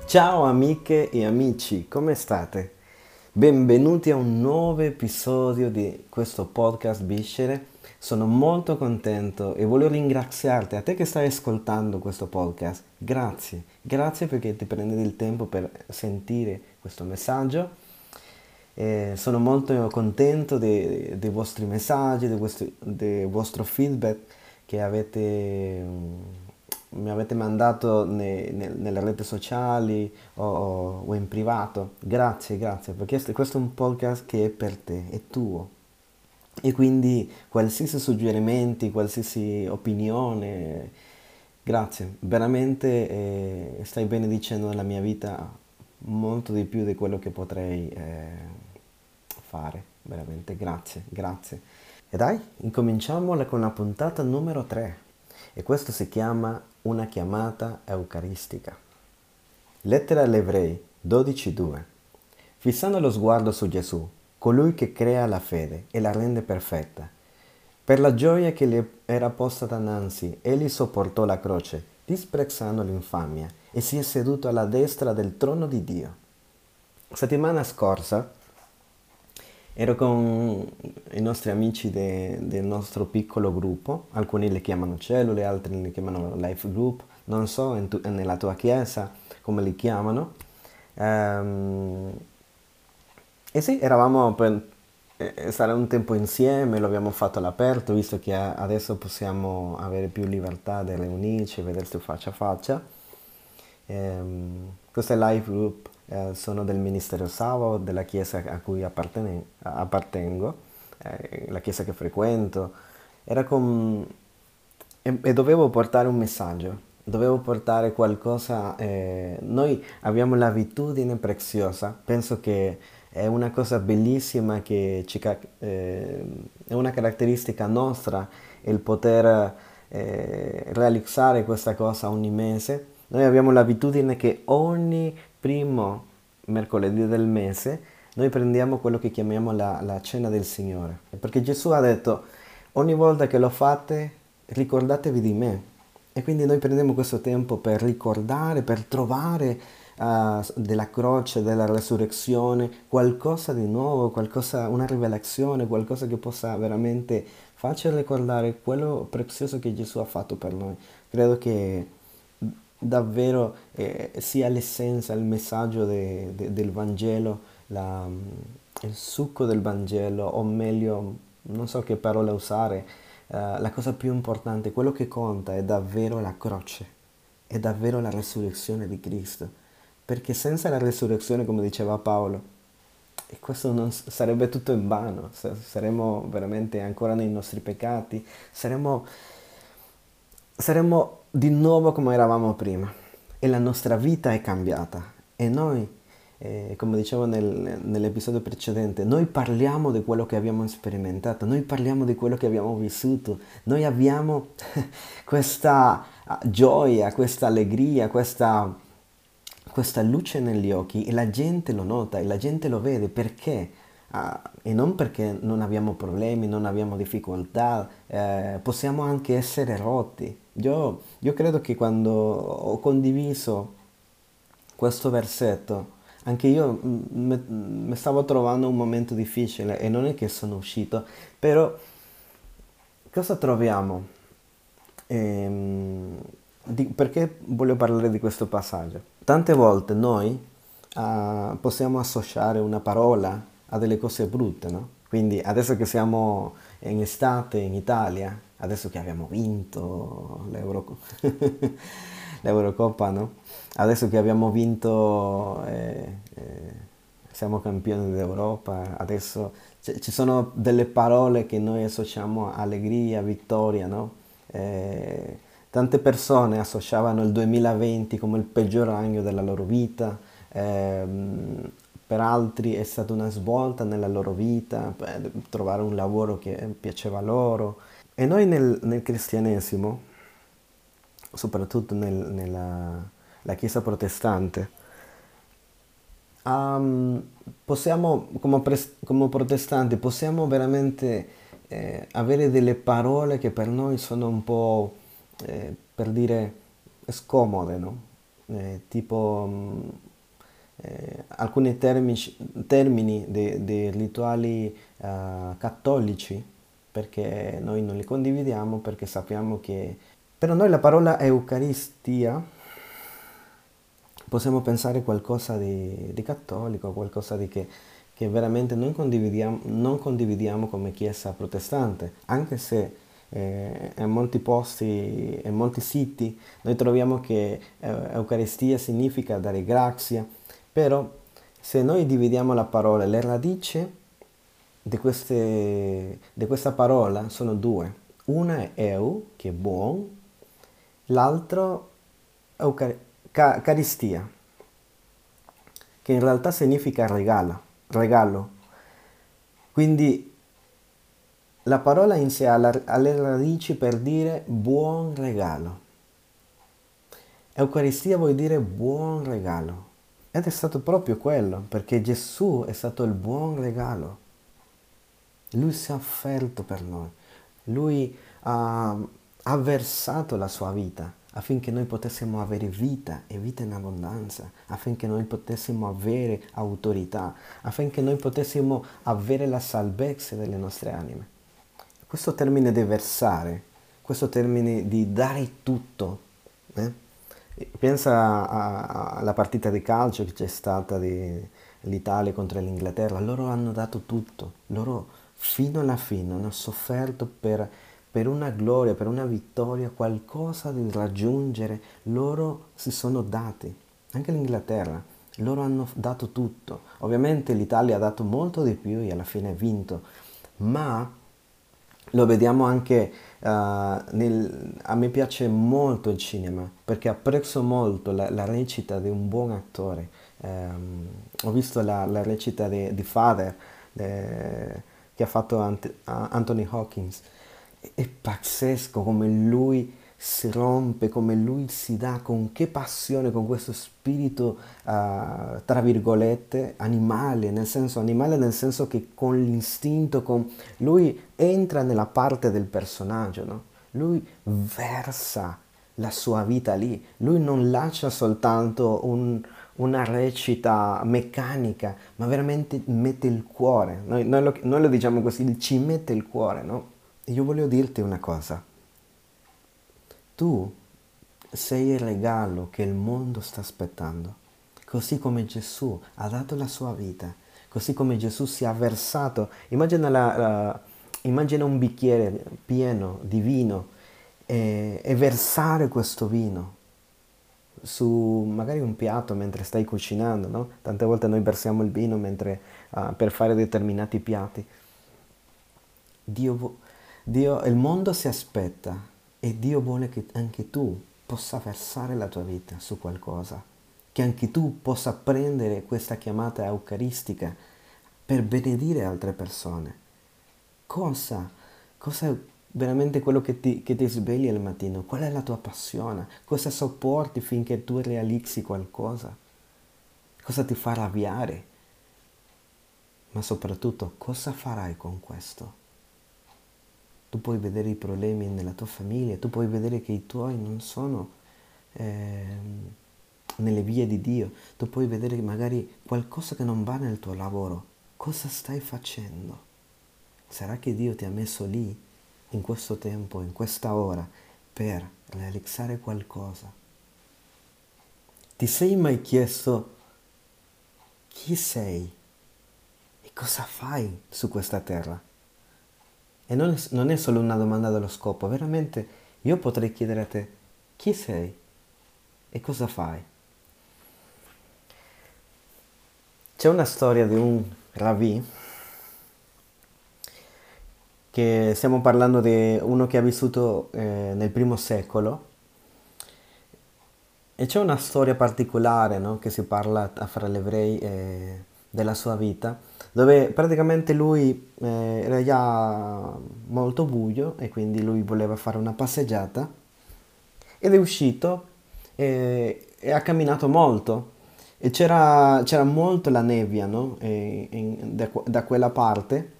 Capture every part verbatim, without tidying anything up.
Ciao amiche e amici, come state? Benvenuti a un nuovo episodio di questo podcast Viscere. Sono molto contento e voglio ringraziarti, a te che stai ascoltando questo podcast. Grazie, grazie perché ti prendi il tempo per sentire questo messaggio. Eh, sono molto contento dei, dei vostri messaggi, dei vostri- del vostro feedback che avete, mm, mi avete mandato ne- ne- nelle reti sociali o, o- o in privato. Grazie, grazie, perché questo questo è un podcast che è per te, è tuo. E quindi qualsiasi suggerimenti, qualsiasi opinione, grazie, veramente eh, stai benedicendo la mia vita molto di più di quello che potrei eh, fare, veramente, grazie, grazie. E dai, incominciamola con la puntata numero tre e questo si chiama Una chiamata eucaristica. Lettera agli Ebrei dodici due. Fissando lo sguardo su Gesù, colui che crea la fede e la rende perfetta. Per la gioia che le era posta dinanzi, egli sopportò la croce, disprezzando l'infamia, e si è seduto alla destra del trono di Dio. Settimana scorsa ero con i nostri amici de- del nostro piccolo gruppo, alcuni le chiamano cellule, altri le chiamano life group, non so in tu- nella tua chiesa come li chiamano. Ehm, e sì, eravamo per eh, stare un tempo insieme, lo abbiamo fatto all'aperto, visto che a- adesso possiamo avere più libertà di riunirci, vedersi faccia a faccia. Ehm, queste live group eh, sono del Ministero Savo, della chiesa a cui appartene- appartengo, eh, la chiesa che frequento. Era con... e, e dovevo portare un messaggio, dovevo portare qualcosa. Eh, noi abbiamo l'abitudine preziosa, penso che è una cosa bellissima che ci ca- eh, è una caratteristica nostra il poter eh, realizzare questa cosa ogni mese. Noi abbiamo l'abitudine che ogni primo mercoledì del mese noi prendiamo quello che chiamiamo la, la cena del Signore. Perché Gesù ha detto, ogni volta che lo fate, ricordatevi di me. E quindi noi prendiamo questo tempo per ricordare, per trovare uh, della croce, della resurrezione, qualcosa di nuovo, qualcosa, una rivelazione, qualcosa che possa veramente farci ricordare quello prezioso che Gesù ha fatto per noi. Credo che davvero eh, sia l'essenza, il messaggio de- de- del Vangelo, la- il succo del Vangelo, o meglio, non so che parola usare, eh, la cosa più importante, quello che conta è davvero la croce, è davvero la resurrezione di Cristo. Perché senza la resurrezione, come diceva Paolo, e questo non s- sarebbe tutto in vano, sa- saremmo veramente ancora nei nostri peccati, saremmo, saremmo di nuovo come eravamo prima e la nostra vita è cambiata e noi, eh, come dicevo nel- nell'episodio precedente, noi parliamo di quello che abbiamo sperimentato, noi parliamo di quello che abbiamo vissuto, noi abbiamo questa ah, gioia, questa allegria, questa, questa luce negli occhi e la gente lo nota e la gente lo vede perché? Ah, e non perché non abbiamo problemi, non abbiamo difficoltà, eh, possiamo anche essere rotti. Io, io credo che quando ho condiviso questo versetto, anche io mi stavo trovando un momento difficile e non è che sono uscito, però cosa troviamo? Ehm, di- perché voglio parlare di questo passaggio? Tante volte noi ah, possiamo associare una parola a delle cose brutte, no? Quindi adesso che siamo in estate in Italia, adesso che abbiamo vinto l'Euro- l'Eurocoppa, no? Adesso che abbiamo vinto, eh, eh, siamo campioni d'Europa, adesso c- ci sono delle parole che noi associamo a allegria, vittoria, no? Eh, tante persone associavano il duemilaventi come il peggior anno della loro vita, ehm, per altri è stata una svolta nella loro vita, per trovare un lavoro che piaceva loro. E noi nel, nel cristianesimo, soprattutto nel- nella la Chiesa protestante, um, possiamo, come, pres- come protestanti, possiamo veramente eh, avere delle parole che per noi sono un po', eh, per dire, scomode, no? eh, tipo mh, eh, alcuni termici- termini dei dei rituali eh, cattolici, perché noi non li condividiamo, perché sappiamo che per noi la parola Eucaristia possiamo pensare qualcosa di, di cattolico, qualcosa di che, che veramente non condividiamo, non condividiamo come Chiesa protestante, anche se eh, in molti posti, in molti siti, noi troviamo che eh, Eucaristia significa dare grazia, però se noi dividiamo la parola, le radici di, queste, di questa parola sono due. Una è eu, che è buon, l'altro è eucar- ca- caristia, che in realtà significa regala, regalo. Quindi la parola in sé ha, la- ha le radici per dire buon regalo. Eucaristia vuol dire buon regalo. Ed è stato proprio quello, perché Gesù è stato il buon regalo. Lui si è offerto per noi. Lui ha, ha versato la sua vita affinché noi potessimo avere vita e vita in abbondanza, affinché noi potessimo avere autorità, affinché noi potessimo avere la salvezza delle nostre anime. Questo termine di versare, questo termine di dare tutto, eh? Pensa a- a- alla partita di calcio che c'è stata dell'Italia contro l'Inghilterra, loro hanno dato tutto, loro fino alla fine hanno sofferto per, per una gloria, per una vittoria, qualcosa di raggiungere, loro si sono dati, anche l'Inghilterra, loro hanno dato tutto. Ovviamente l'Italia ha dato molto di più e alla fine ha vinto, ma lo vediamo anche eh, nel... A me piace molto il cinema perché apprezzo molto la, la recita di un buon attore. Ehm, ho visto la, la recita di, di Father eh, che ha fatto Ant- Anthony Hawkins. È, è pazzesco come lui si rompe, come lui si dà, con che passione, con questo spirito, eh, tra virgolette, animale, nel senso animale nel senso che con l'istinto, con lui entra nella parte del personaggio, no? Lui versa la sua vita lì, lui non lascia soltanto un- una recita meccanica, ma veramente mette il cuore. Noi, noi lo, noi lo diciamo così, ci mette il cuore, no? Io voglio dirti una cosa, tu sei il regalo che il mondo sta aspettando, così come Gesù ha dato la sua vita, così come Gesù si è versato. Immagina, la- la- immagina un bicchiere pieno di vino e, e versare questo vino su magari un piatto mentre stai cucinando, no? Tante volte noi versiamo il vino mentre, ah, per fare determinati piatti. Dio, vo- Dio, il mondo si aspetta e Dio vuole che anche tu possa versare la tua vita su qualcosa, che anche tu possa prendere questa chiamata eucaristica per benedire altre persone. Cosa? Cosa è veramente quello che ti, che ti svegli al mattino? Qual è la tua passione? Cosa sopporti finché tu realizzi qualcosa? Cosa ti fa arrabbiare? Ma soprattutto, cosa farai con questo? Tu puoi vedere i problemi nella tua famiglia, tu puoi vedere che i tuoi non sono ehm, nelle vie di Dio, tu puoi vedere magari qualcosa che non va nel tuo lavoro. Cosa stai facendo? Sarà che Dio ti ha messo lì, in questo tempo, in questa ora, per realizzare qualcosa? Ti sei mai chiesto chi sei e cosa fai su questa terra? E non è, non è solo una domanda dello scopo, veramente io potrei chiedere a te chi sei e cosa fai. C'è una storia di un Ravi, che stiamo parlando di uno che ha vissuto eh, nel primo secolo, e c'è una storia particolare, no, che si parla a- fra gli ebrei eh, della sua vita, dove praticamente lui eh, era già molto buio e quindi lui voleva fare una passeggiata ed è uscito e, e ha camminato molto e c'era, c'era molto la nebbia, no? E- in- da, que- da quella parte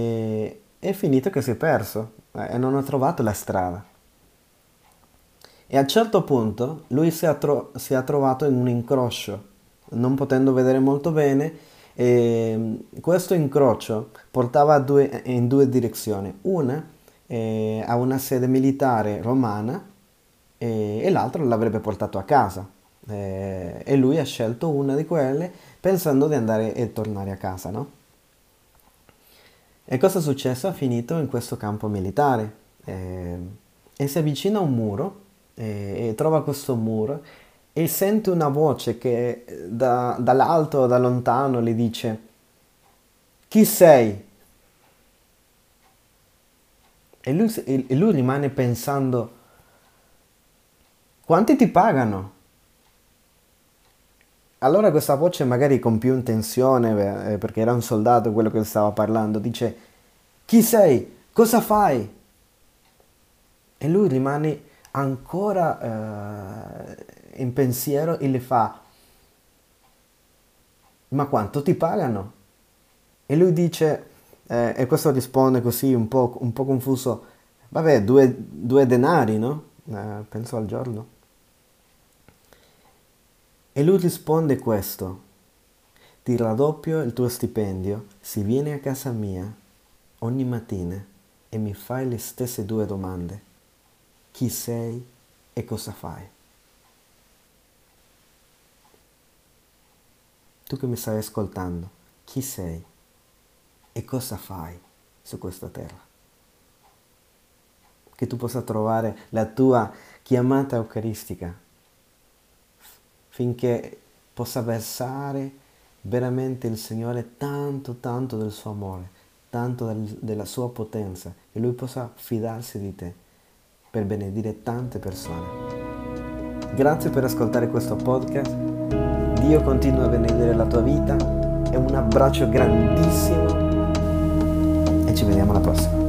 e è finito che si è perso eh, e non ha trovato la strada. E a un certo punto lui si è, tro- si è trovato in un incrocio, non potendo vedere molto bene, e questo incrocio portava a due- in due direzioni. Una eh, a una sede militare romana e, e l'altra l'avrebbe portato a casa. Eh, e lui ha scelto una di quelle pensando di andare e tornare a casa, no? E cosa è successo? Ha finito in questo campo militare eh, e si avvicina a un muro eh, e trova questo muro e sente una voce che eh, da- dall'alto, da lontano, le dice: Chi sei? E lui, s- e- e lui rimane pensando: Quanti ti pagano? Allora questa voce, magari con più intenzione, beh, eh, perché era un soldato quello che stava parlando, dice: Chi sei? Cosa fai? E lui rimane ancora eh, in pensiero e le fa: Ma quanto ti pagano? E lui dice, eh, e questo risponde così un po', un po' confuso: Vabbè, due, due denari, no? Eh, penso al giorno. E lui risponde questo: Ti raddoppio il tuo stipendio se vieni a casa mia ogni mattina e mi fai le stesse due domande. Chi sei e cosa fai? Tu che mi stai ascoltando, chi sei e cosa fai su questa terra? Che tu possa trovare la tua chiamata eucaristica finché possa versare veramente il Signore tanto, tanto del suo amore, tanto del- della sua potenza, e Lui possa fidarsi di te per benedire tante persone. Grazie per ascoltare questo podcast. Dio continua a benedire la tua vita e un abbraccio grandissimo e ci vediamo alla prossima.